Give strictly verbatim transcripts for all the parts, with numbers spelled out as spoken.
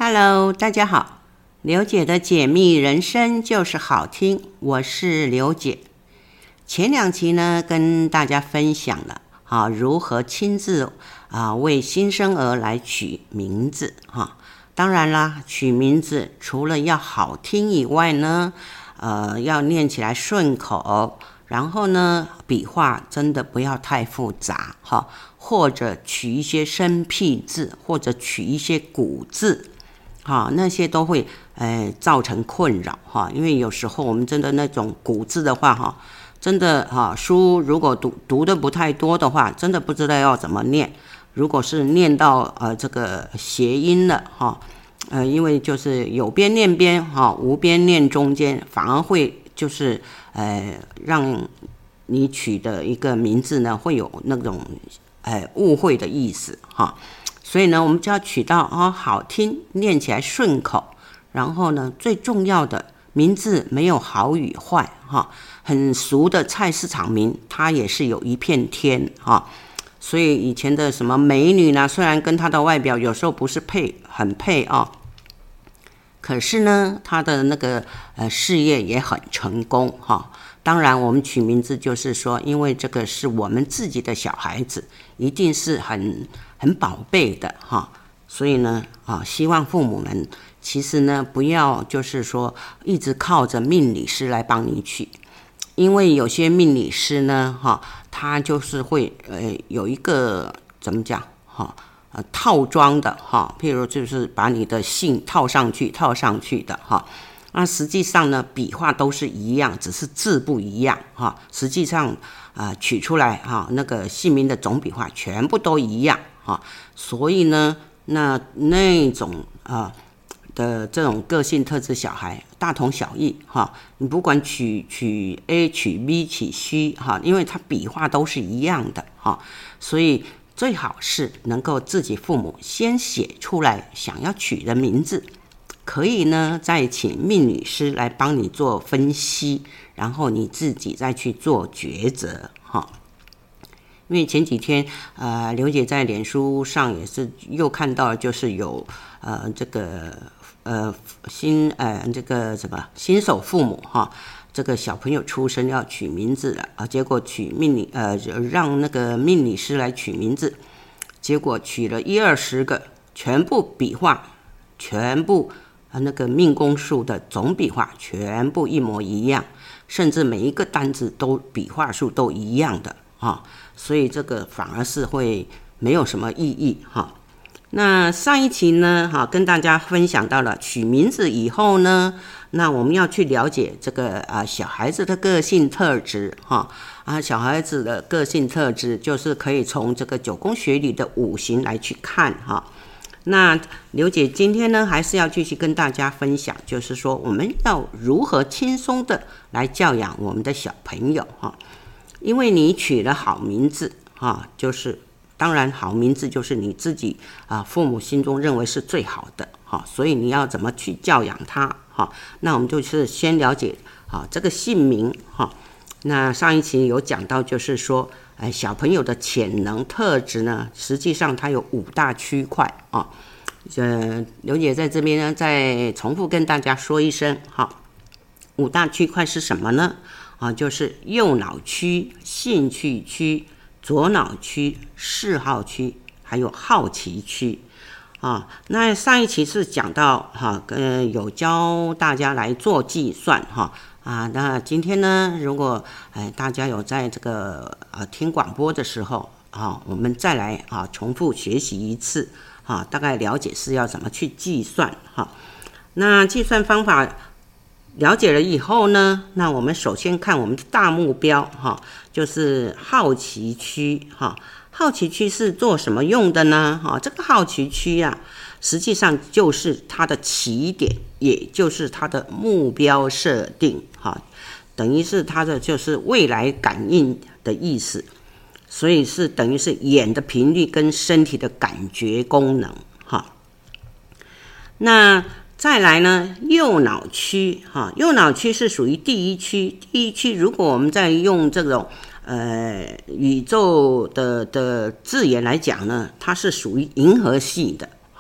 Hello， 大家好，刘姐的解密人生就是好听，我是刘姐。前两期呢，跟大家分享了啊，如何亲自啊为新生儿来取名字哈。当然啦，取名字除了要好听以外呢，呃，要念起来顺口，然后呢，笔画真的不要太复杂哈，或者取一些生僻字，或者取一些古字。哈，那些都会呃造成困扰哈，因为有时候我们真的那种古字的话哈，真的哈书如果读读的不太多的话，真的不知道要怎么念。如果是念到呃这个谐音了哈，呃因为就是有边念边哈，无边念中间，反而会就是呃让你取的一个名字呢会有那种呃误会的意思哈。所以呢，我们就要取到哦好听，念起来顺口。然后呢，最重要的名字没有好与坏哈，很俗的菜市场名，它也是有一片天哈。所以以前的什么美女呢，虽然跟她的外表有时候不是配很配啊，可是呢，她的那个呃事业也很成功哈。当然，我们取名字就是说，因为这个是我们自己的小孩子，一定是很很宝贝的哈。所以呢，啊，希望父母们其实呢，不要就是说一直靠着命理师来帮你取，因为有些命理师呢，哈，他就是会呃有一个怎么讲哈，呃套装的哈，譬如就是把你的姓套上去，套上去的哈。那实际上呢，笔画都是一样，只是字不一样哈。实际上啊、呃，取出来哈，那个姓名的总笔画全部都一样哈。所以呢，那那种啊、呃、的这种个性特质小孩，大同小异哈。你不管取取 A 取 B 取 C 哈，因为它笔画都是一样的哈，所以最好是能够自己父母先写出来想要取的名字。可以呢，再请命理师来帮你做分析，然后你自己再去做抉择哈。因为前几天呃，刘姐在脸书上也是又看到，就是有呃这个呃新呃这个什么新手父母哈，这个小朋友出生要取名字了啊，结果取命理呃让那个命理师来取名字，结果取了一二十个，全部笔画，全部。那个命宫数的总笔画全部一模一样，甚至每一个单字都笔画数都一样的啊，所以这个反而是会没有什么意义哈。那上一期呢，哈，跟大家分享到了取名字以后呢，那我们要去了解这个啊小孩子的个性特质哈啊，小孩子的个性特质就是可以从这个九宫学里的五行来去看哈。那刘姐今天呢，还是要继续跟大家分享，就是说我们要如何轻松的来教养我们的小朋友哈。因为你取了好名字哈，就是当然好名字就是你自己啊父母心中认为是最好的哈，所以你要怎么去教养他哈？那我们就是先了解啊这个姓名哈。那上一期有讲到，就是说。哎，小朋友的潜能特质呢，实际上它有五大区块啊。呃，刘姐在这边呢，再重复跟大家说一声哈。五大区块是什么呢？啊，就是右脑区、兴趣区、左脑区、嗜好区，还有好奇区。啊，那上一期是讲到哈，呃，有教大家来做计算哈。啊，那今天呢，如果哎大家有在这个呃听广播的时候啊，我们再来啊重复学习一次啊，大概了解是要怎么去计算哈。那计算方法了解了以后呢，那我们首先看我们的大目标哈，就是好奇区哈。好奇区是做什么用的呢？哈，这个好奇区啊，实际上就是它的起点，也就是它的目标设定，哈，等于是它的就是未来感应的意思，所以是等于是眼的频率跟身体的感觉功能，哈。那再来呢，右脑区，哈，右脑区是属于第一区，第一区如果我们在用这种呃，宇宙的的字眼来讲呢，它是属于银河系的，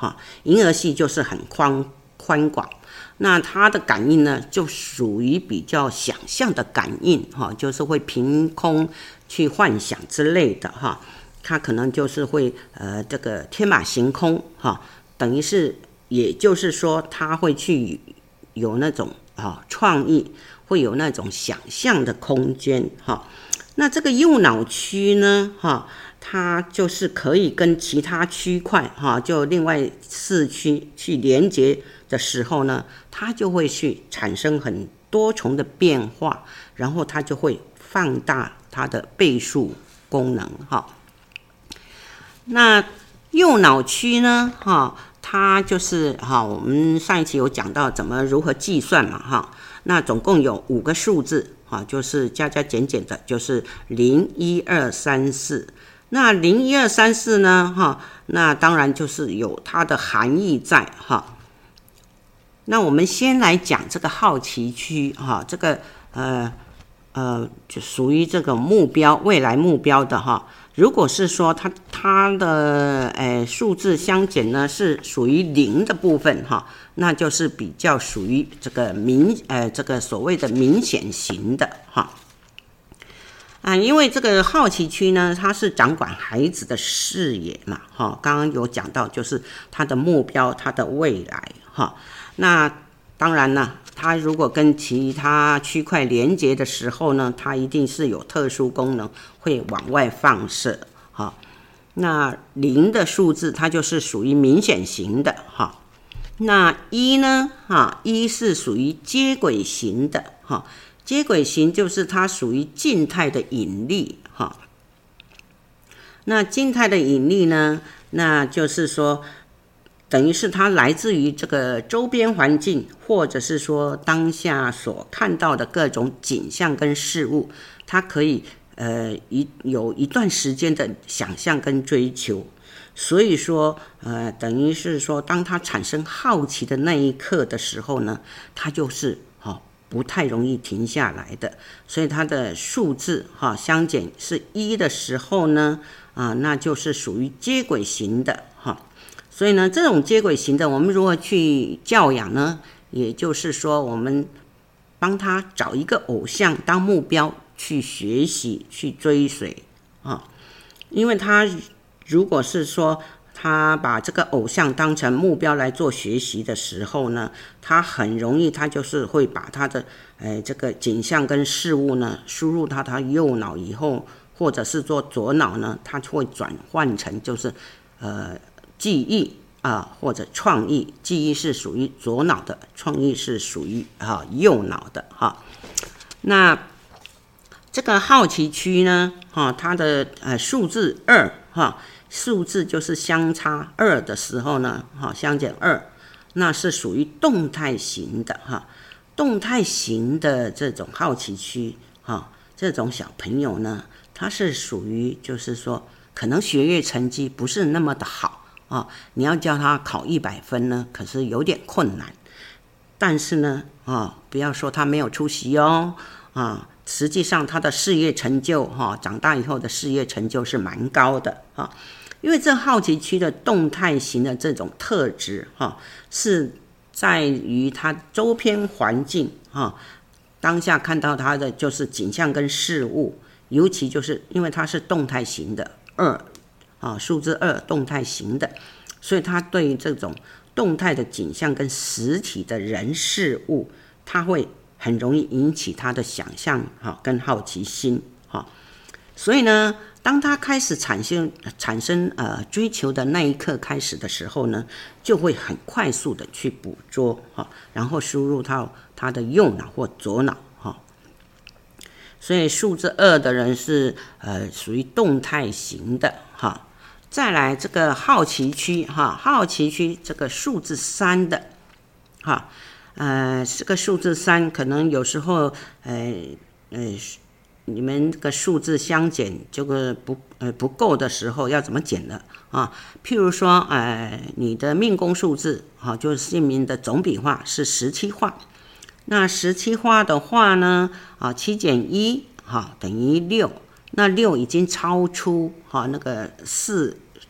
哈，银河系就是很宽宽广。那它的感应呢，就属于比较想象的感应哈，就是会凭空去幻想之类的哈。它可能就是会呃这个天马行空哈，等于是也就是说，它会去有那种啊创意，会有那种想象的空间哈。那这个右脑区呢哈，它就是可以跟其他区块哈，就另外四区去连接的时候呢，它就会去产生很多重的变化，然后它就会放大它的倍数功能哈。那右脑区呢哈，它就是哈，我们上一期有讲到怎么如何计算嘛哈，那总共有五个数字哈，就是加加减减的，就是零一二三四。那零一二三四呢哈，那当然就是有它的含义在哈。那我们先来讲这个好奇区哈，这个呃呃就属于这个目标未来目标的哈。如果是说它它的呃数字相减呢是属于零的部分哈，那就是比较属于这个明呃这个所谓的明显型的哈。啊，因为这个好奇区呢，它是掌管孩子的视野嘛哈，刚刚有讲到就是他的目标，他的未来哈。那当然呢，它如果跟其他区块连接的时候呢，它一定是有特殊功能，会往外放射哈。那零的数字它就是属于明显型的哈。那一呢哈，一是属于接轨型的哈。接轨型就是它属于静态的引力哈。那静态的引力呢，那就是说等于是它来自于这个周边环境，或者是说当下所看到的各种景象跟事物，它可以呃一有一段时间的想象跟追求。所以说呃等于是说当它产生好奇的那一刻的时候呢，它就是哦不太容易停下来的。所以它的数字哈、哦、相减是一的时候呢啊，那就是属于接轨型的哈。哦所以呢，这种接轨型的，我们如何去教养呢？也就是说，我们帮他找一个偶像当目标去学习、去追随啊。因为他如果是说他把这个偶像当成目标来做学习的时候呢，他很容易他就是会把他的呃这个景象跟事物呢输入到他右脑以后，或者是做左脑呢，他会转换成就是呃。记忆啊，或者创意，记忆是属于左脑的，创意是属于啊右脑的哈。那这个好奇区呢，哈，它的呃数字二哈，数字就是相差二的时候呢，哈，相减二，那是属于动态型的哈。动态型的这种好奇区哈，这种小朋友呢，他是属于就是说，可能学业成绩不是那么的好。哦，你要叫他考一百分呢，可是有点困难。但是呢，哦，不要说他没有出息哦，啊，实际上他的事业成就，哈、哦，长大以后的事业成就是蛮高的啊、哦。因为这好奇区的动态型的这种特质，哈、哦，是在于他周边环境，哈、哦，当下看到他的就是景象跟事物，尤其就是因为它是动态型的二。啊，数字二动态型的，所以他对于这种动态的景象跟实体的人事物，他会很容易引起他的想象哈跟好奇心哈。所以呢，当他开始产生产生呃追求的那一刻开始的时候呢，就会很快速的去捕捉哈，然后输入到他的右脑或左脑哈。所以数字二的人是呃属于动态型的哈。再来这个好奇区哈，好奇区这个数字三的哈，呃，这个数字三可能有时候呃呃，你们这个数字相减这个不呃不够的时候要怎么减呢啊？譬如说呃你的命宫数字啊，就是姓名的总笔画是十七画，那十七画的话呢啊，七减一哈等于六。那六已经超出哈那个四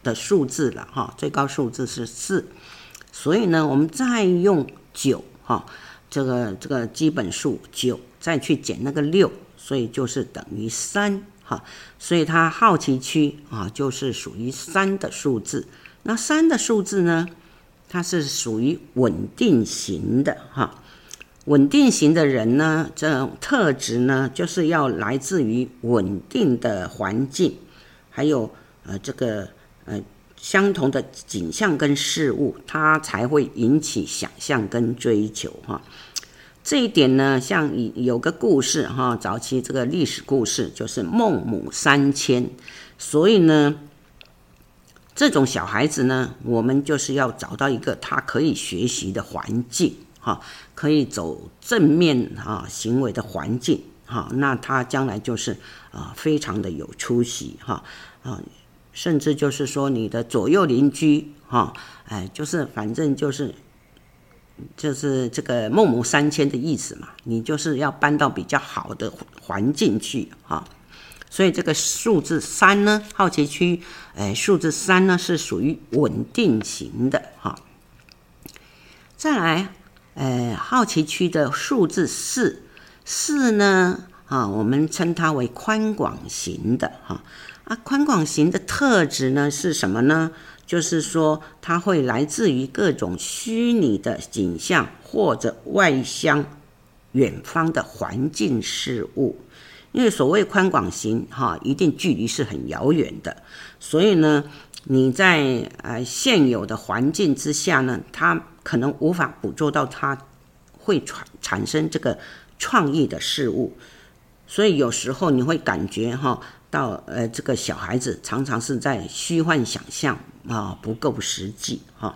的数字了哈，最高数字是四，所以呢，我们再用九哈，这个这个基本数九再去减那个六，所以就是等于三哈，所以它好奇区啊就是属于三的数字。那三的数字呢，它是属于稳定型的哈。稳定型的人呢，这种特质呢，就是要来自于稳定的环境，还有呃这个呃相同的景象跟事物，它才会引起想象跟追求哈。这一点呢，像有个故事哈，早期这个历史故事就是孟母三迁，所以呢，这种小孩子呢，我们就是要找到一个他可以学习的环境哈，可以走正面啊行为的环境哈，那他将来就是啊非常的有出息哈啊，甚至就是说你的左右邻居哈，哎，就是反正就是就是这个孟母三迁的意思嘛，你就是要搬到比较好的环境去哈。所以这个数字三呢，好奇区，哎，数字三呢是属于稳定型的哈。再来，呃，好奇区的数字四，四呢，啊，我们称它为宽广型的哈。啊，宽广型的特质呢是什么呢？就是说，它会来自于各种虚拟的景象或者外乡、远方的环境事物。因为所谓宽广型哈，一定距离是很遥远的，所以呢，你在呃现有的环境之下呢，它可能无法捕捉到它会产产生这个创意的事物，所以有时候你会感觉哈，到呃这个小孩子常常是在虚幻想象啊，不够实际哈。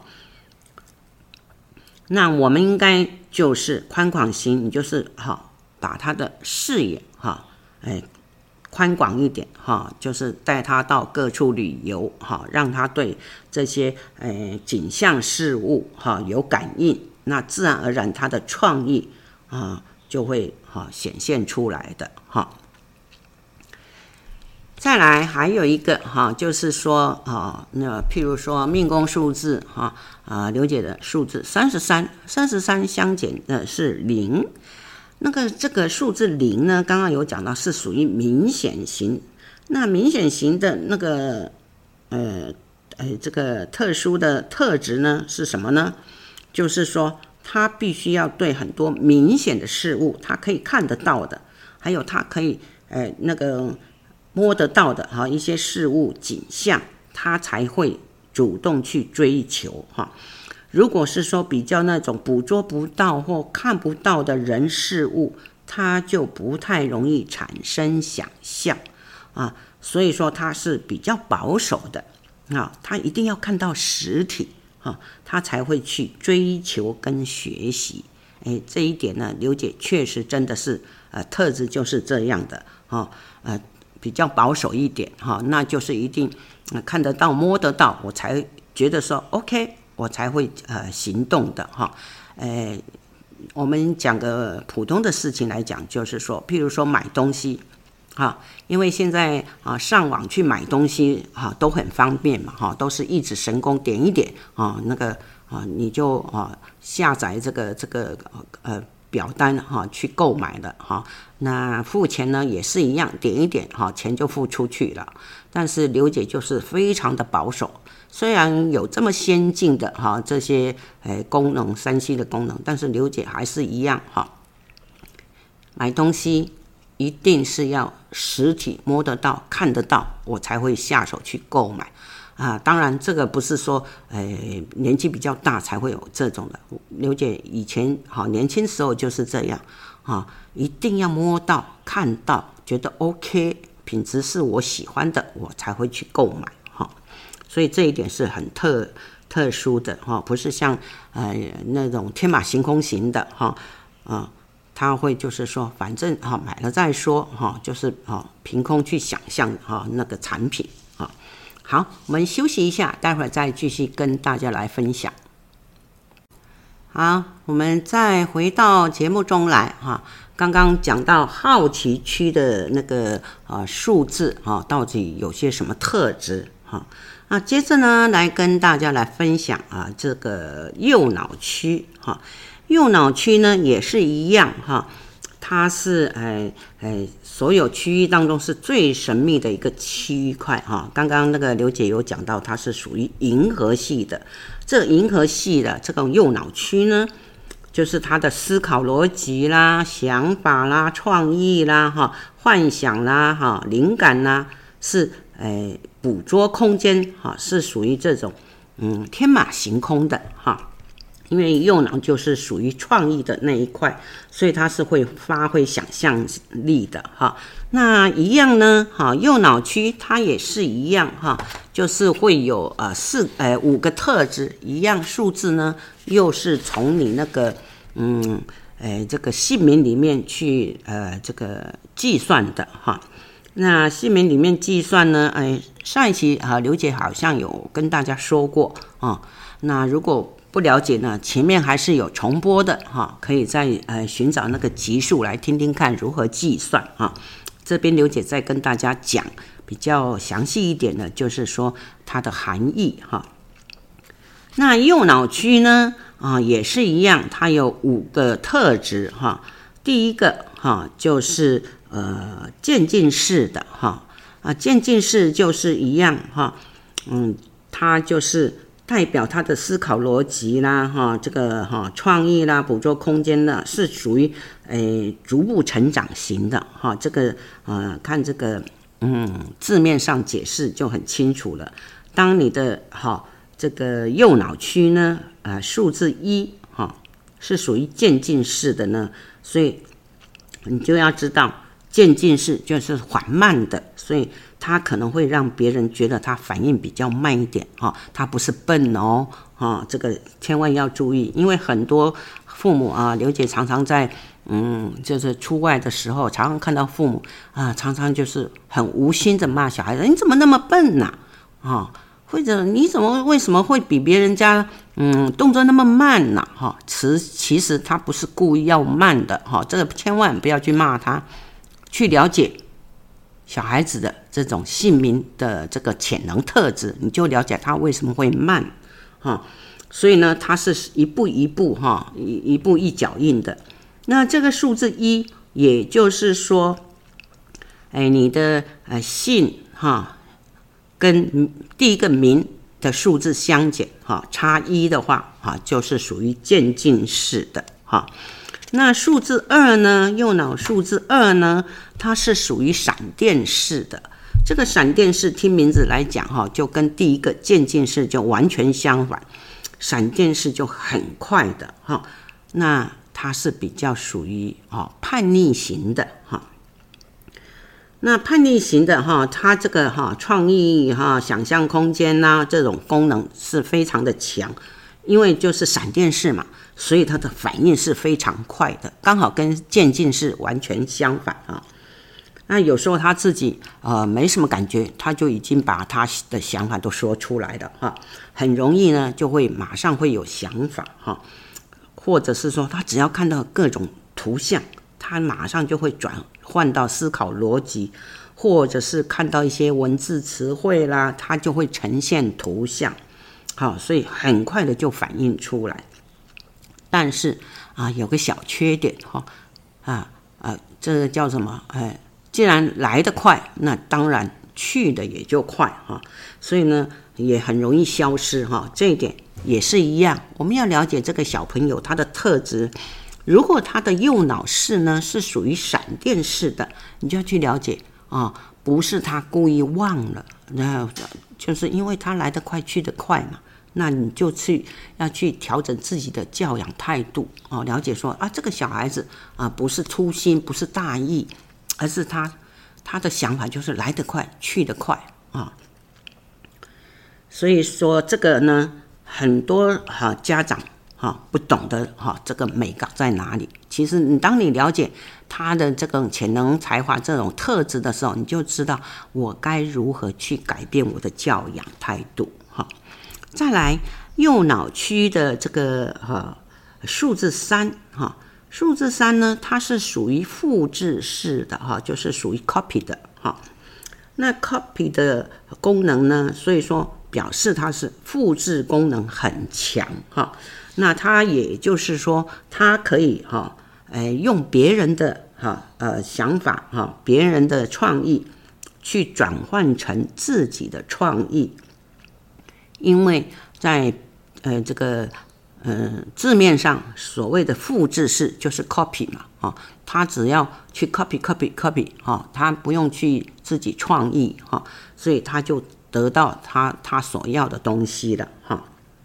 那我们应该就是宽广型，你就是哈，把他的视野哈。哎，宽广一点哈，就是带他到各处旅游哈，让他对这些哎景象事物哈有感应，那自然而然他的创意啊就会哈显现出来的哈。再来还有一个哈，就是说啊，那譬如说命宫数字哈啊，刘姐的数字三十三，三十三相减的是零。那个这个数字零呢，刚刚有讲到是属于明显型。那明显型的那个呃呃这个特殊的特质呢是什么呢？就是说他必须要对很多明显的事物，他可以看得到的，还有他可以呃那个摸得到的哈一些事物景象，他才会主动去追求哈。如果是说比较那种捕捉不到或看不到的人事物，它就不太容易产生想象啊，所以说它是比较保守的啊，它一定要看到实体啊，它才会去追求跟学习。哎，这一点呢，刘姐确实真的是呃特质就是这样的啊，呃比较保守一点哈，那就是一定、呃、看得到摸得到，我才觉得说 OK。我才会呃行动的哈，呃，我们讲个普通的事情来讲，就是说，譬如说买东西，哈，因为现在啊上网去买东西哈都很方便嘛哈，都是一指神功点一点啊那个啊你就啊下载这个这个呃表单哈去购买了哈，那付钱呢也是一样，点一点哈钱就付出去了。但是刘姐就是非常的保守。虽然有这么先进的哈这些诶功能，三 C 的功能，但是刘姐还是一样哈，买东西一定是要实体摸得到、看得到，我才会下手去购买啊。当然，这个不是说诶年纪比较大才会有这种的。刘姐以前好年轻时候就是这样啊，一定要摸到、看到，觉得 OK， 品质是我喜欢的，我才会去购买。所以这一点是很特特殊的哈，不是像呃那种天马行空型的哈啊，他会就是说反正哈买了再说哈，就是啊凭空去想象哈那个产品啊。好，我们休息一下，待会儿再继续跟大家来分享。好，我们再回到节目中来哈。刚刚讲到好奇区的那个呃数字哈，到底有些什么特质哈？ 啊，接着呢，来跟大家来分享啊，这个右脑区哈，右脑区呢也是一样哈，它是哎哎所有区域当中是最神秘的一个区块哈。刚刚那个刘姐有讲到，它是属于银河系的，这银河系的这种右脑区呢，就是他的思考逻辑啦、想法啦、创意啦、哈、幻想啦、哈、灵感啦，是诶捕捉空间哈，是属于这种嗯天马行空的哈。因为右脑就是属于创意的那一块，所以它是会发挥想象力的哈。那一样呢，哈，右脑区它也是一样哈，就是会有呃四呃五个特质，一样数字呢，又是从你那个嗯呃这个姓名里面去呃这个计算的哈。那姓名里面计算呢，哎，上一期啊刘姐好像有跟大家说过啊。那如果不了解呢，前面还是有重播的哈，可以再呃寻找那个集数来听听看如何计算哈。这边刘姐再跟大家讲比较详细一点的，就是说它的含义哈。那右脑区呢啊也是一样，它有五个特质哈。第一个哈就是呃渐进式的哈啊，渐进式就是一样哈，嗯，它就是代表他的思考逻辑啦，哈，这个哈创意啦，捕捉空间的，是属于诶逐步成长型的哈。这个呃看这个嗯字面上解释就很清楚了。当你的哈这个右脑区呢，呃数字一哈是属于渐进式的呢，所以你就要知道渐进式就是缓慢的，所以他可能会让别人觉得他反应比较慢一点哈，他不是笨哦，哈，这个千万要注意，因为很多父母啊，刘姐常常在嗯，就是出外的时候，常常看到父母啊，常常就是很无心的骂小孩子，你怎么那么笨呐、啊？啊，或者你怎么为什么会比别人家嗯动作那么慢呢、啊？哈，其其实他不是故意要慢的哈，这个千万不要去骂他，去了解小孩子的这种姓名的这个潜能特质，你就了解他为什么会慢哈。所以呢，它是一步一步哈，一一步一脚印的。那这个数字一，也就是说，哎，你的呃姓哈跟第一个名的数字相减哈，差一的话哈，就是属于渐进式的哈。那数字二呢？右脑数字二呢？它是属于闪电式的。这个闪电式听名字来讲哈，就跟第一个渐进式就完全相反。闪电式就很快的哈，那它是比较属于哦叛逆型的哈。那叛逆型的哈，它这个哈创意哈、想象空间呐、这种功能是非常的强，因为就是闪电式嘛。所以它的反应是非常快的，刚好跟渐进式完全相反啊。那有时候他自己呃没什么感觉，他就已经把他的想法都说出来了哈，很容易呢就会马上会有想法哈，或者是说他只要看到各种图像，他马上就会转换到思考逻辑，或者是看到一些文字词汇啦，他就会呈现图像，好，所以很快的就反映出来。但是啊，有个小缺点哈，啊啊，这个叫什么？哎，既然来得快，那当然去的也就快哈，所以呢，也很容易消失哈。这一点也是一样，我们要了解这个小朋友他的特质。如果他的右脑式呢是属于闪电式的，你就要去了解啊，不是他故意忘了，那就是因为他来得快，去得快嘛。那你就去要去调整自己的教养态度哦，了解说啊，这个小孩子啊不是粗心，不是大意，而是他他的想法就是来得快，去得快啊。所以说这个呢，很多哈、啊、家长哈、啊、不懂得哈、啊、这个美感在哪里。其实你当你了解他的这个潜能、才华这种特质的时候，你就知道我该如何去改变我的教养态度哈。再来，右脑区的这个呃数字三哈，数字三呢，它是属于复制式的哈，就是属于 copy 的哈。那 copy 的功能呢，所以说表示它是复制功能很强哈。那它也就是说，它可以哈，哎，用别人的哈呃想法哈，别人的创意去转换成自己的创意，因为在呃这个呃字面上所谓的复制式就是 copy 嘛，哦，他只要去 copy copy copy 哈，他不用去自己创意哈，所以他就得到他他所要的东西了哈。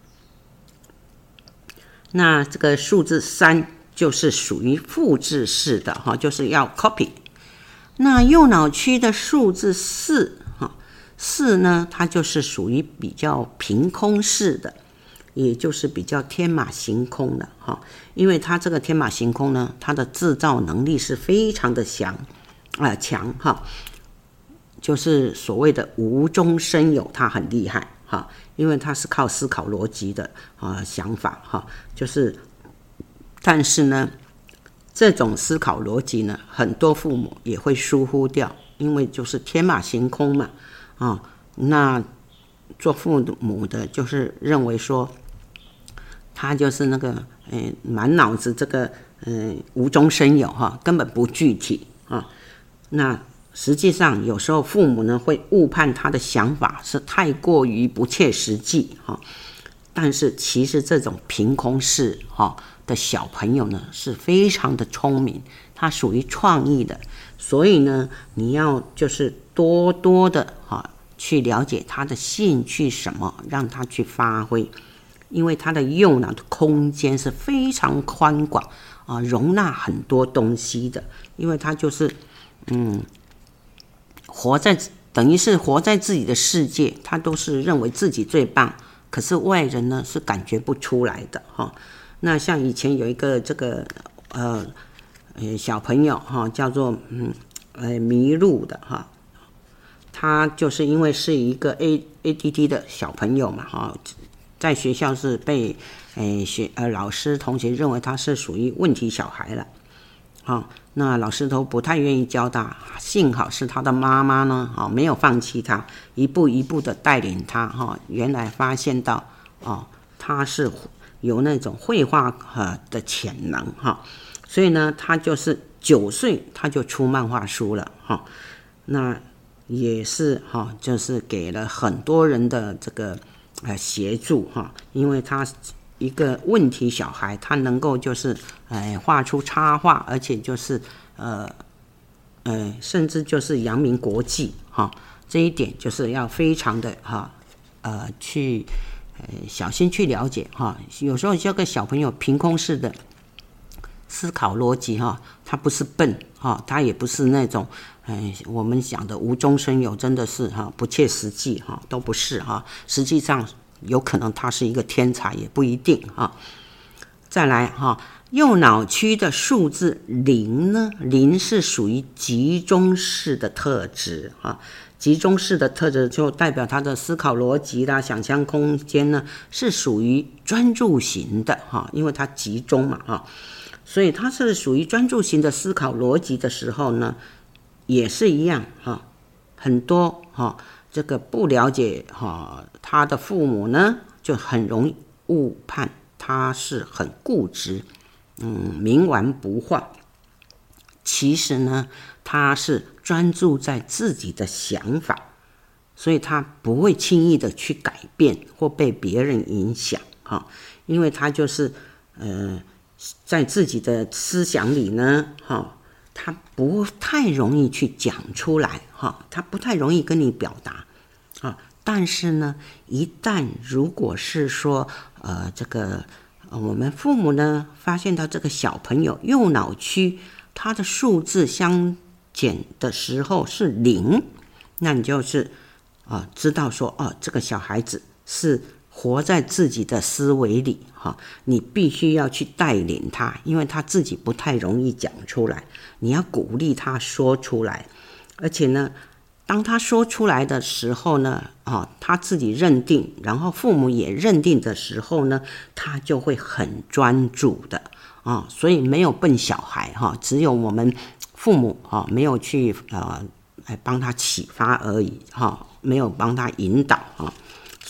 那这个数字三就是属于复制式的哈，就是要 copy。那右脑区的数字四哈，四呢，它就是属于比较凭空式的，也就是比较天马行空的哈。因为它这个天马行空呢，它的制造能力是非常的强啊强哈，就是所谓的无中生有，它很厉害哈。因为它是靠思考逻辑的啊想法哈，就是，但是呢，这种思考逻辑呢，很多父母也会疏忽掉，因为就是天马行空嘛啊。那做父母的，就是认为说，他就是那个嗯满脑子这个嗯无中生有哈，根本不具体啊。那实际上，有时候父母呢会误判他的想法是太过于不切实际哈，但是其实这种凭空式哈的小朋友呢是非常的聪明，他属于创意的，所以呢你要就是多多的哈去了解他的兴趣什么，让他去发挥，因为他的右脑的空间是非常宽广啊，容纳很多东西的，因为他就是嗯。活在等于是活在自己的世界，他都是认为自己最棒，可是外人呢是感觉不出来的哈。那像以前有一个这个呃呃小朋友哈，叫做嗯呃迷路的哈，他就是因为是一个 A A D D 的小朋友嘛哈，在学校是被诶学呃老师同学认为他是属于问题小孩了。好，那老师都不太愿意教他，幸好是他的妈妈呢，哦，没有放弃他，一步一步的带领他，哈，原来发现到，哦，他是有那种绘画的潜能，哈，所以呢，他就是九岁他就出漫画书了，哈，那也是哈，就是给了很多人的这个呃协助，哈，因为他。一个问题小孩，他能够就是哎画出插画，而且就是呃呃，甚至就是扬名国际哈，这一点就是要非常的哈呃去呃小心去了解哈。有时候这个小朋友凭空式的思考逻辑哈，他不是笨哈，他也不是那种哎我们讲的无中生有，真的是哈不切实际哈，都不是哈，实际上。有可能他是一个天才，也不一定哈。再来哈，右脑区的数字零呢，零是属于集中式的特质哈。集中式的特质就代表他的思考逻辑啦、想象空间呢是属于专注型的哈，因为它集中嘛哈，所以它是属于专注型的思考逻辑的时候呢，也是一样哈，很多哈。这个不了解哈，他的父母呢，就很容易误判他是很固执，嗯，冥顽不化。其实呢，他是专注在自己的想法，所以他不会轻易的去改变或被别人影响哈，因为他就是呃，在自己的思想里呢，哈。他不太容易去讲出来哈，他不太容易跟你表达啊。但是呢，一旦如果是说呃这个、呃、我们父母呢发现到这个小朋友右脑区他的数字相减的时候是零，那你就是啊、呃、知道说哦这个小孩子是活在自己的思维里哈，你必须要去带领他，因为他自己不太容易讲出来，你要鼓励他说出来，而且呢，当他说出来的时候呢，啊，他自己认定，然后父母也认定的时候呢，他就会很专注的啊，所以没有笨小孩哈，只有我们父母啊没有去呃来帮他启发而已哈，没有帮他引导哈。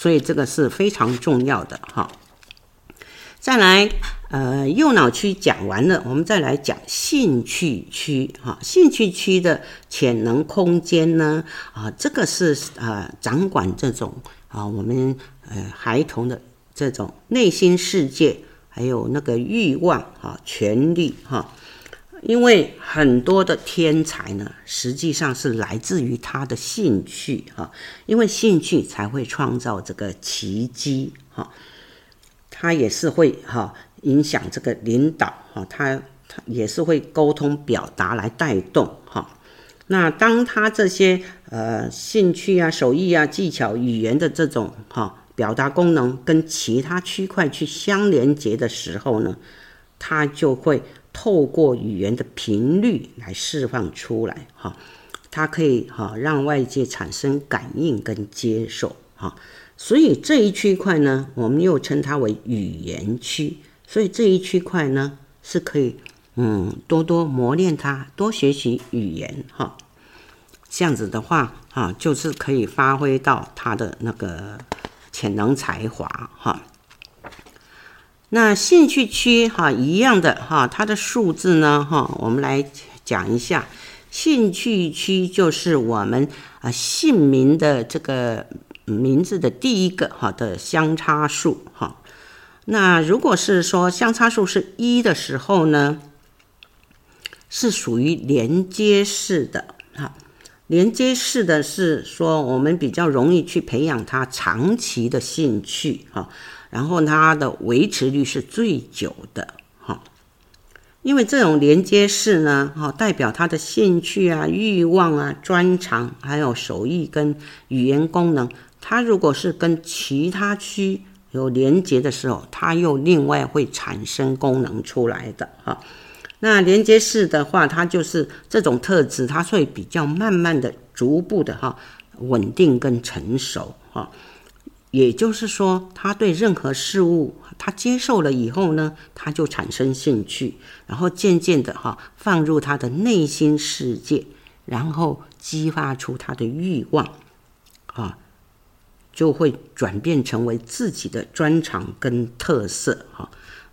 所以这个是非常重要的哈。再来，呃，右脑区讲完了，我们再来讲兴趣区哈。兴趣区的潜能空间呢，啊，这个是呃掌管这种啊我们呃孩童的这种内心世界，还有那个欲望哈、权力哈。因为很多的天才呢，实际上是来自于他的兴趣哈，因为兴趣才会创造这个奇迹哈。他也是会哈影响这个领导哈，他他也是会沟通表达来带动哈。那当他这些呃兴趣啊、手艺啊、技巧、语言的这种哈表达功能跟其他区块去相连接的时候呢，他就会透过语言的频率来释放出来哈，它可以哈让外界产生感应跟接受哈。所以这一区块呢，我们又称它为语言区。所以这一区块呢，是可以嗯多多磨练它，多学习语言哈。这样子的话啊，就是可以发挥到它的那个潜能才华哈。那兴趣区哈一样的哈，它的数字呢哈，我们来讲一下。兴趣区就是我们啊姓名的这个名字的第一个哈的相差数哈。那如果是说相差数是一的时候呢，是属于连接式的哈。连接式的是说我们比较容易去培养他长期的兴趣哈，然后它的维持率是最久的哈。因为这种连接式呢，代表他的兴趣啊、欲望啊、专长，还有手艺跟语言功能，它如果是跟其他区有连接的时候，它又另外会产生功能出来的哈。那连接式的话，它就是这种特质，它会比较慢慢的、逐步的哈稳定跟成熟哈。也就是说，他对任何事物他接受了以后呢，他就产生兴趣，然后渐渐的哈放入他的内心世界，然后激发出他的欲望啊，就会转变成为自己的专长跟特色哈。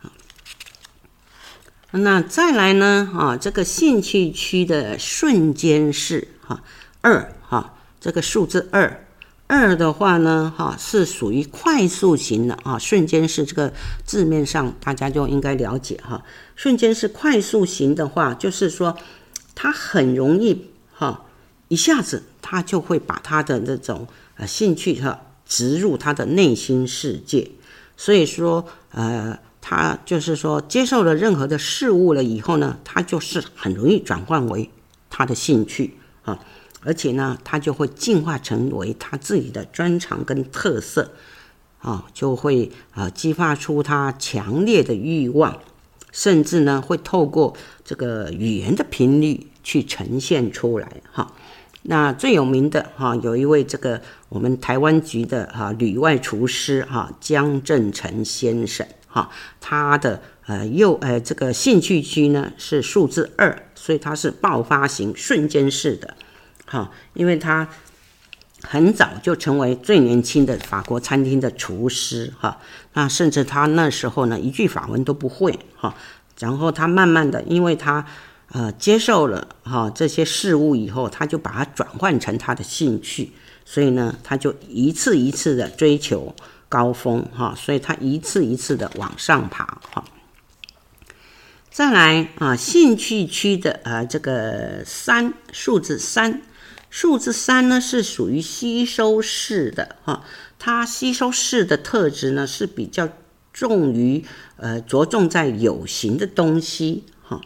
那再来呢啊，这个兴趣区的瞬间式哈二哈，这个数字二。二的话呢，哈是属于快速型的啊，瞬间是这个字面上大家就应该了解哈。瞬间是快速型的话，就是说它很容易哈，一下子他就会把他的这种呃兴趣哈植入他的内心世界，所以说呃他就是说接受了任何的事物了以后呢，他就是很容易转换为他的兴趣啊。而且呢，他就会进化成为他自己的专长跟特色，啊，就会呃激发出他强烈的欲望，甚至呢会透过这个语言的频率去呈现出来哈。那最有名的哈，有一位这个我们台湾局的哈旅外厨师哈江正成先生哈，他的呃右呃这个兴趣区呢是数字二，所以他是爆发型瞬间式的。哈，因为他很早就成为最年轻的法国餐厅的厨师哈，那甚至他那时候呢一句法文都不会哈，然后他慢慢的，因为他呃接受了哈这些事物以后，他就把它转换成他的兴趣，所以呢他就一次一次的追求高峰哈，所以他一次一次的往上爬哈。再来啊，兴趣区的呃这个三数字三。数字三呢是属于吸收式的哈，它吸收式的特质呢是比较重于呃着重在有形的东西哈。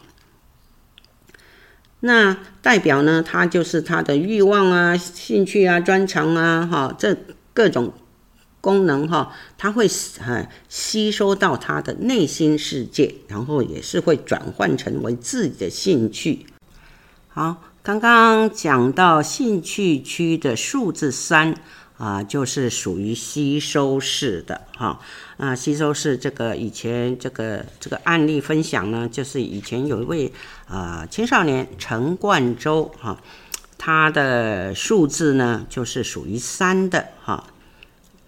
那代表呢，它就是它的欲望啊、兴趣啊、专长啊哈，这各种功能哈，它会呃吸收到它的内心世界，然后也是会转换成为自己的兴趣。好。刚刚讲到兴趣区的数字三啊，就是属于吸收式的哈啊，吸收式这个以前这个这个案例分享呢，就是以前有一位啊青少年陈冠洲哈，他的数字呢就是属于三的哈，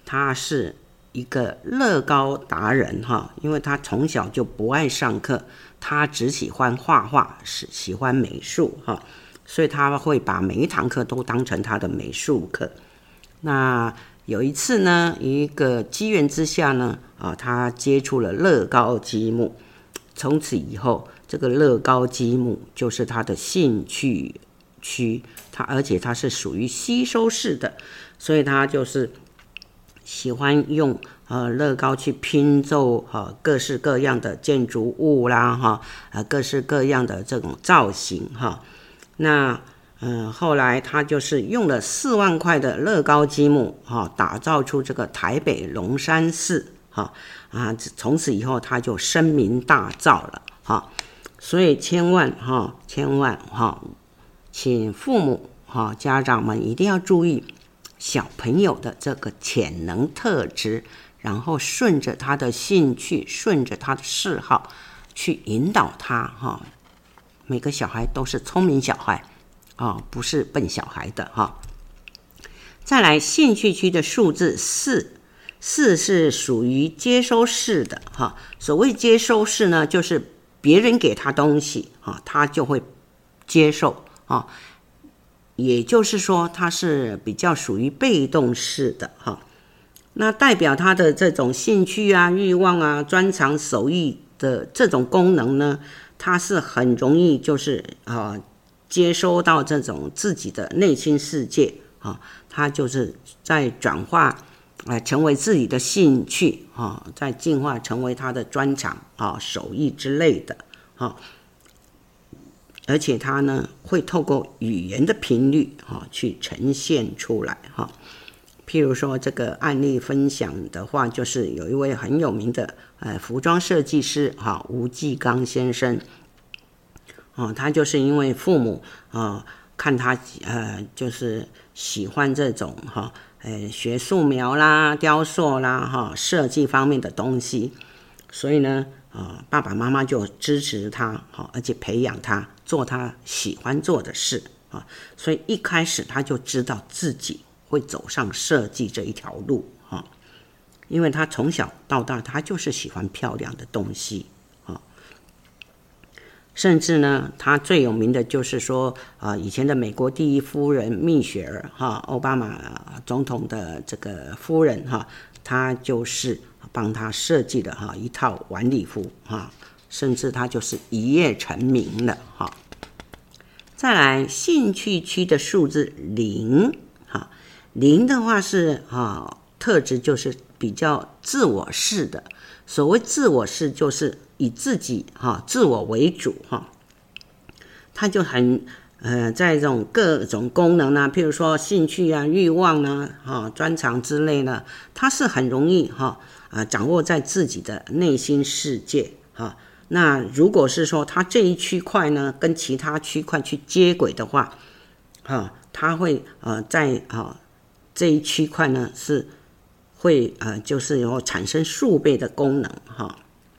他是一个乐高达人哈，因为他从小就不爱上课，他只喜欢画画，是喜欢美术哈，所以他会把每一堂课都当成他的美术课。那有一次呢，一个机缘之下呢，啊，他接触了乐高积木，从此以后，这个乐高积木就是他的兴趣区，他而且他是属于吸收式的，所以他就是喜欢用呃乐高去拼凑呃各式各样的建筑物啦哈，呃各式各样的这种造型哈。那嗯，后来他就是用了四万块的乐高积木哈，打造出这个台北龙山寺哈啊，从此以后他就声名大噪了哈。所以千万哈，千万哈，请父母哈家长们一定要注意小朋友的这个潜能特质，然后顺着他的兴趣，顺着他的嗜好去引导他哈。每个小孩都是聪明小孩。哦，不是笨小孩的哈。再来，兴趣区的数字四，四是属于接收式的哈。所谓接收式呢，就是别人给他东西啊，他就会接受啊。也就是说，他是比较属于被动式的哈。那代表他的这种兴趣啊、欲望啊、专长、手艺的这种功能呢，他是很容易就是啊。接收到这种自己的内心世界啊，他就是在转化，呃，成为自己的兴趣啊，在进化成为他的专长啊、手艺之类的啊。而且他呢，会透过语言的频率啊，去呈现出来哈。譬如说这个案例分享的话，就是有一位很有名的呃服装设计师哈，吴继刚先生。哦，他就是因为父母啊、呃、看他呃就是喜欢这种哈呃学素描啦、雕塑啦哈设计方面的东西，所以呢啊、呃、爸爸妈妈就支持他哈，而且培养他做他喜欢做的事啊，所以一开始他就知道自己会走上设计这一条路哈，因为他从小到大他就是喜欢漂亮的东西。甚至呢，他最有名的就是说，啊、呃，以前的美国第一夫人蜜雪儿哈，奥巴马总统的这个夫人哈，他就是帮他设计了哈一套晚礼服哈，甚至他就是一夜成名了哈。再来，兴趣区的数字零哈，零的话是啊，特质就是比较自我式的。所谓自我式，就是以自己哈自我为主哈，他就很呃在这种各种功能啊，譬如说兴趣啊、欲望啊、哈专长之类呢，他是很容易哈啊掌握在自己的内心世界哈。那如果是说他这一区块呢跟其他区块去接轨的话，哈，他会呃在啊这一区块呢是。会呃，就是有产生数倍的功能哈。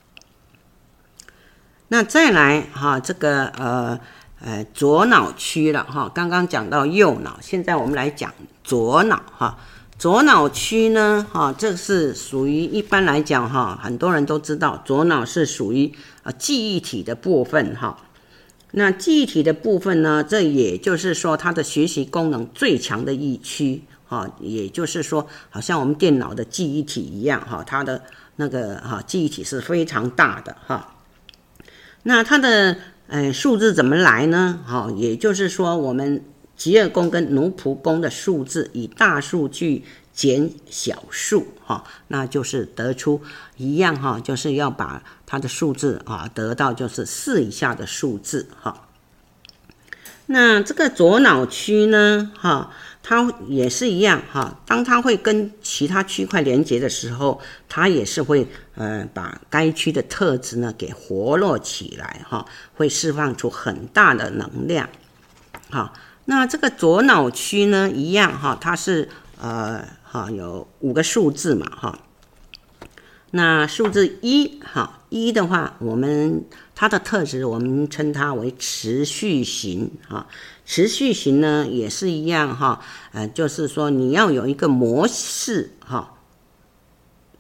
那再来哈，这个呃呃左脑区了哈。刚刚讲到右脑，现在我们来讲左脑哈。左脑区呢哈，这是属于一般来讲哈，很多人都知道，左脑是属于呃记忆体的部分哈。那记忆体的部分呢，这也就是说它的学习功能最强的一区。哈，也就是说，好像我们电脑的记忆体一样，哈，它的那个哈记忆体是非常大的哈。那它的呃数字怎么来呢？哈，也就是说，我们极恶宫跟奴仆宫的数字以大数去减小数，哈，那就是得出一样哈，就是要把它的数字啊得到就是四以下的数字哈。那这个左脑区呢，哈。它也是一样哈，当它会跟其他区块连接的时候，它也是会呃把该区的特质呢给活络起来哈，会释放出很大的能量。好，那这个左脑区呢一样哈，它是呃哈有五个数字嘛哈。那数字一哈一的话，我们它的特质我们称它为持续型哈。持续型呢也是一样哈，呃，就是说你要有一个模式哈，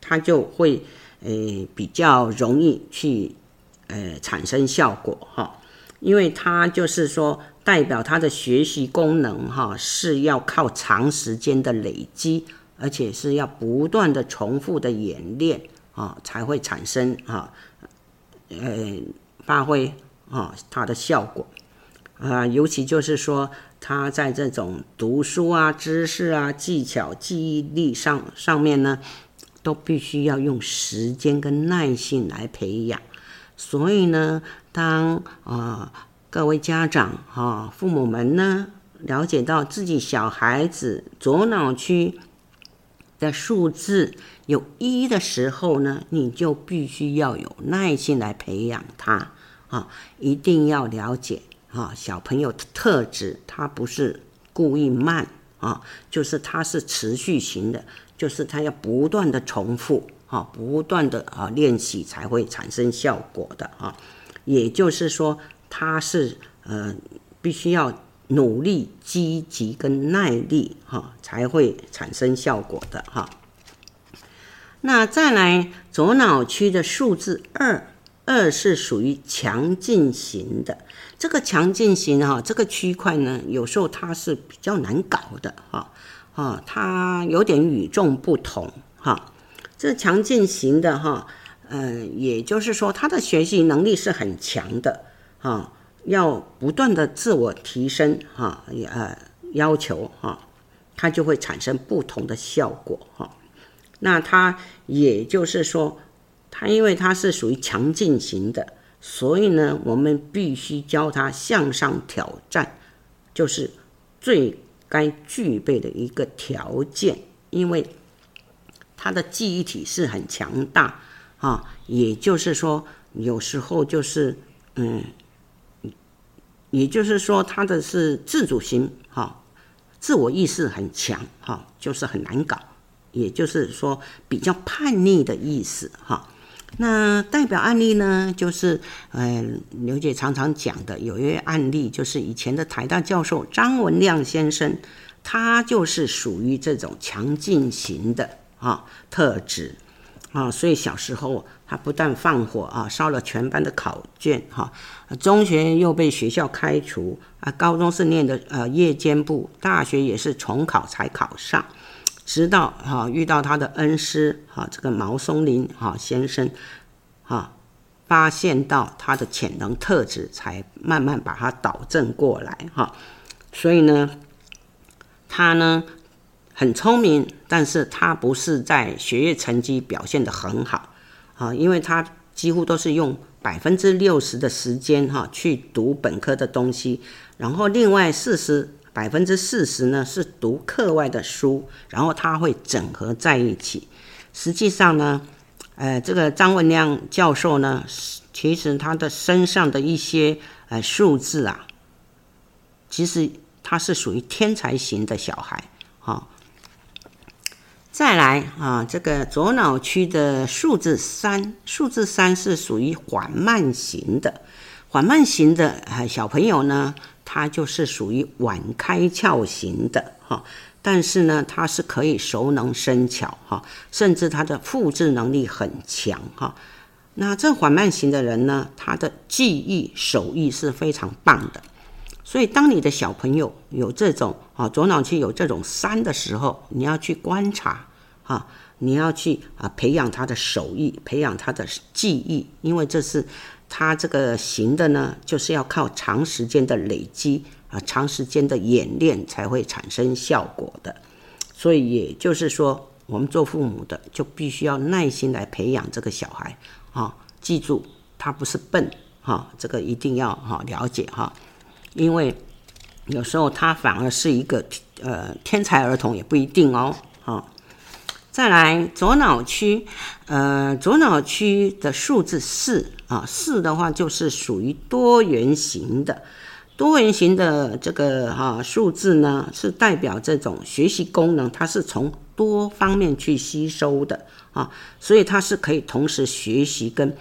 它就会呃比较容易去呃产生效果哈，因为它就是说代表它的学习功能哈是要靠长时间的累积，而且是要不断的重复的演练啊才会产生啊呃发挥啊它的效果啊，尤其就是说他在这种读书啊、知识啊、技巧、记忆力上上面呢，都必须要用时间跟耐性来培养。所以呢，当啊、呃、各位家长啊、父母们呢了解到自己小孩子左脑区的数字有一的时候呢，你就必须要有耐心来培养他啊，一定要了解。啊，小朋友的特质，他不是故意慢啊，就是他是持续型的，就是他要不断的重复啊，不断的啊练习才会产生效果的啊。也就是说，他是呃必须要努力、积极跟耐力哈、啊，才会产生效果的哈、啊。那再来左脑区的数字二。二是属于强劲型的，这个强劲型哈，这个区块呢，有时候它是比较难搞的哈，啊，它有点与众不同哈。这强劲型的哈，呃，也就是说，他的学习能力是很强的哈，要不断的自我提升哈，呃，要求哈，它就会产生不同的效果哈。那它也就是说。他因为他是属于强劲型的，所以呢，我们必须教他向上挑战，就是最该具备的一个条件。因为他的记忆体是很强大啊，也就是说，有时候就是嗯，也就是说，他的是自主型哈、啊，自我意识很强哈、啊，就是很难搞，也就是说比较叛逆的意思哈。啊那代表案例呢，就是呃，刘姐常常讲的，有一位案例，就是以前的台大教授张文亮先生，他就是属于这种强劲型的啊特质啊，所以小时候他不但放火啊，烧了全班的考卷哈、啊，中学又被学校开除啊，高中是念的呃夜间部，大学也是重考才考上。直到哈、啊、遇到他的恩师哈、啊、这个毛松林哈、啊、先生哈、啊、发现到他的潜能特质，才慢慢把他导正过来哈、啊。所以呢，他呢很聪明，但是他不是在学业成绩表现得很好啊，因为他几乎都是用百分之六十的时间哈、啊、去读本科的东西，然后另外四十。百分之四十呢是读课外的书，然后它会整合在一起。实际上呢，呃，这个张文亮教授呢，其实他的身上的一些呃数字啊，其实他是属于天才型的小孩哈、哦。再来啊，这个左脑区的数字三，数字三是属于缓慢型的，缓慢型的呃小朋友呢。他就是属于晚开窍型的哈，但是呢，他是可以熟能生巧哈，甚至他的复制能力很强哈。那这缓慢型的人呢，他的记忆手艺是非常棒的。所以，当你的小朋友有这种啊左脑区有这种三的时候，你要去观察啊，你要去啊培养他的手艺，培养他的记忆，因为这是。他这个型的呢，就是要靠长时间的累积啊，长时间的演练才会产生效果的。所以也就是说，我们做父母的就必须要耐心来培养这个小孩啊。记住，他不是笨哈，这个一定要哈了解哈，因为有时候他反而是一个呃天才儿童也不一定哦哈。再来左脑区，呃，左脑区的数字四啊，四的话就是属于多元型的，多元型的这个哈、啊、数字呢，是代表这种学习功能，它是从多方面去吸收的啊，所以它是可以同时学习跟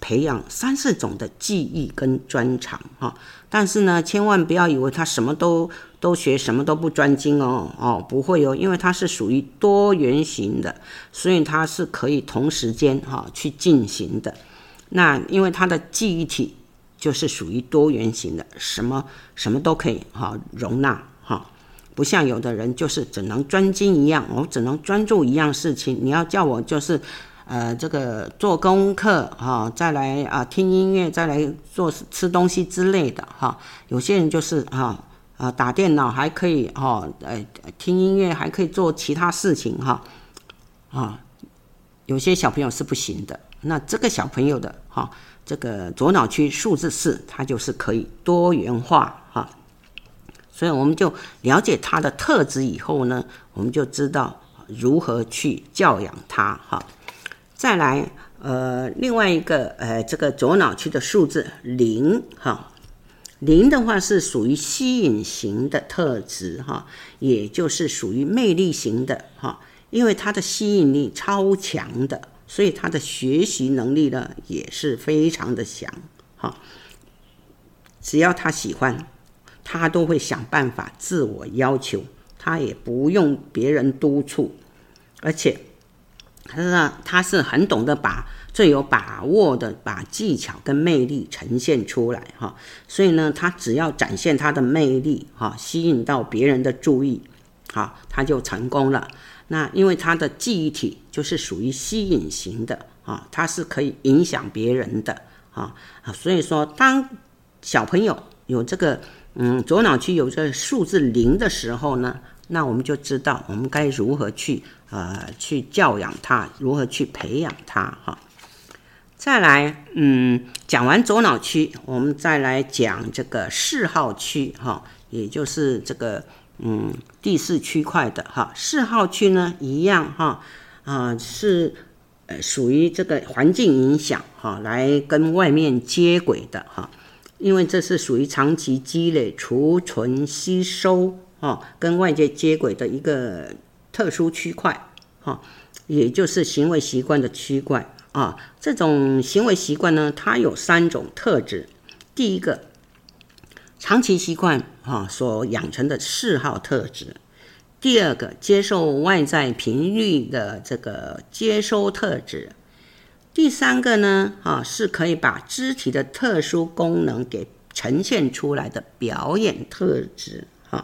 培养三四种的技艺跟专长哈。但是呢，千万不要以为他什么都都学，什么都不专精哦哦，不会哦，因为它是属于多元型的，所以它是可以同时间哈去进行的。那因为它的记忆体就是属于多元型的，什么什么都可以哈容纳哈。不像有的人就是只能专精一样，我只能专注一样事情。你要叫我就是呃这个做功课哈、哦，再来啊、呃、听音乐，再来做吃东西之类的哈、哦。有些人就是哈啊、呃、打电脑还可以哈、哦，呃听音乐还可以做其他事情哈啊、哦。有些小朋友是不行的，那这个小朋友的哈、哦、这个左脑区数字四，它就是可以多元化哈。所以我们就了解他的特质以后呢，我们就知道如何去教养他哈。再来，呃，另外一个呃，这个左脑区的数字零哈，零的话是属于吸引型的特质哈，也就是属于魅力型的哈，因为他的吸引力超强的，所以他的学习能力呢也是非常的强哈。只要他喜欢，他都会想办法自我要求，他也不用别人督促，而且他他是很懂得把最有把握的把技巧跟魅力呈现出来哈，所以呢，他只要展现他的魅力哈，吸引到别人的注意，好，他就成功了。那因为他的记忆体就是属于吸引型的啊，他是可以影响别人的啊，所以说当小朋友有这个嗯，左脑区有这个数字零的时候呢，那我们就知道我们该如何去呃去教养他，如何去培养他哈。再来，嗯，讲完左脑区，我们再来讲这个四号区哈，也就是这个嗯第四区块的哈。四号区呢一样哈啊、呃、是呃属于这个环境影响哈，来跟外面接轨的哈。因为这是属于长期积累、储存、吸收、哦、跟外界接轨的一个特殊区块、哦、也就是行为习惯的区块、哦、这种行为习惯呢，它有三种特质。第一个，长期习惯、哦、所养成的四号特质。第二个，接受外在频率的这个接收特质。第三个呢，啊，是可以把肢体的特殊功能给呈现出来的表演特质，哈。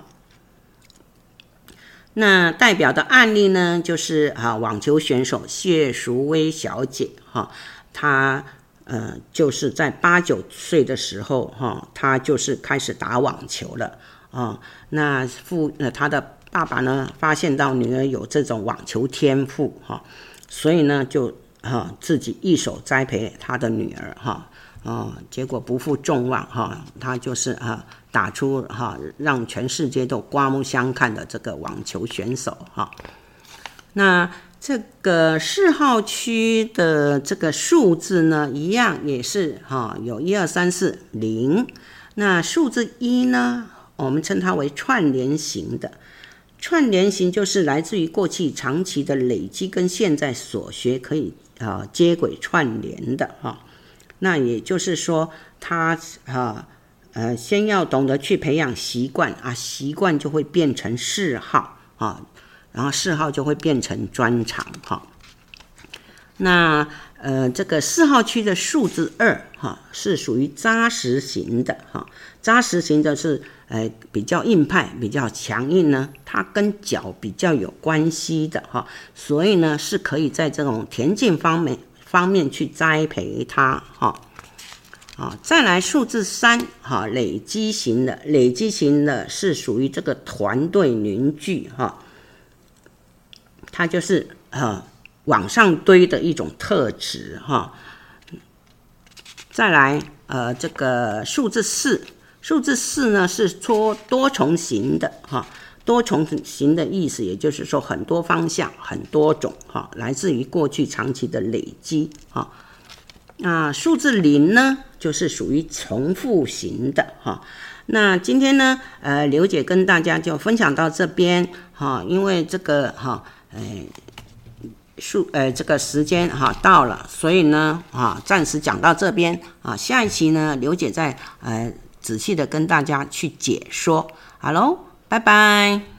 那代表的案例呢，就是啊，网球选手谢淑薇小姐，哈，她呃就是在八九岁的时候，哈，她就是开始打网球了，啊，那父呃她的爸爸呢，发现到女儿有这种网球天赋，哈，所以呢就哈，自己一手栽培他的女儿哈，哦，结果不负众望哈，他就是啊打出哈让全世界都刮目相看的这个网球选手哈。那这个四号区的这个数字呢，一样也是哈有一二三四零。那数字一呢，我们称它为串联型的。串联型就是来自于过去长期的累积跟现在所学可以啊接轨串联的哈。那也就是说他啊呃先要懂得去培养习惯啊，习惯就会变成嗜好啊，然后嗜好就会变成专长哈。那呃这个四号区的数字二哈是属于扎实型的哈，扎实型的是呃比较硬派，比较强硬呢，它跟脚比较有关系的哈，所以呢是可以在这种田径方面方面去栽培它哈。啊，再来数字三哈，累积型的，累积型的是属于这个团队凝聚哈，它就是呃往上堆的一种特质哈。再来呃这个数字四，数字四呢是说多重型的哈，多重型的意思也就是说很多方向很多种哈，来自于过去长期的累积哈。那数字零呢，就是属于重复型的哈。那今天呢，呃，刘姐跟大家就分享到这边哈，因为这个哈，呃， 数呃这个时间哈、到了，所以呢啊暂时讲到这边啊，下一期呢刘姐再呃仔细的跟大家去解说。好喽，拜拜。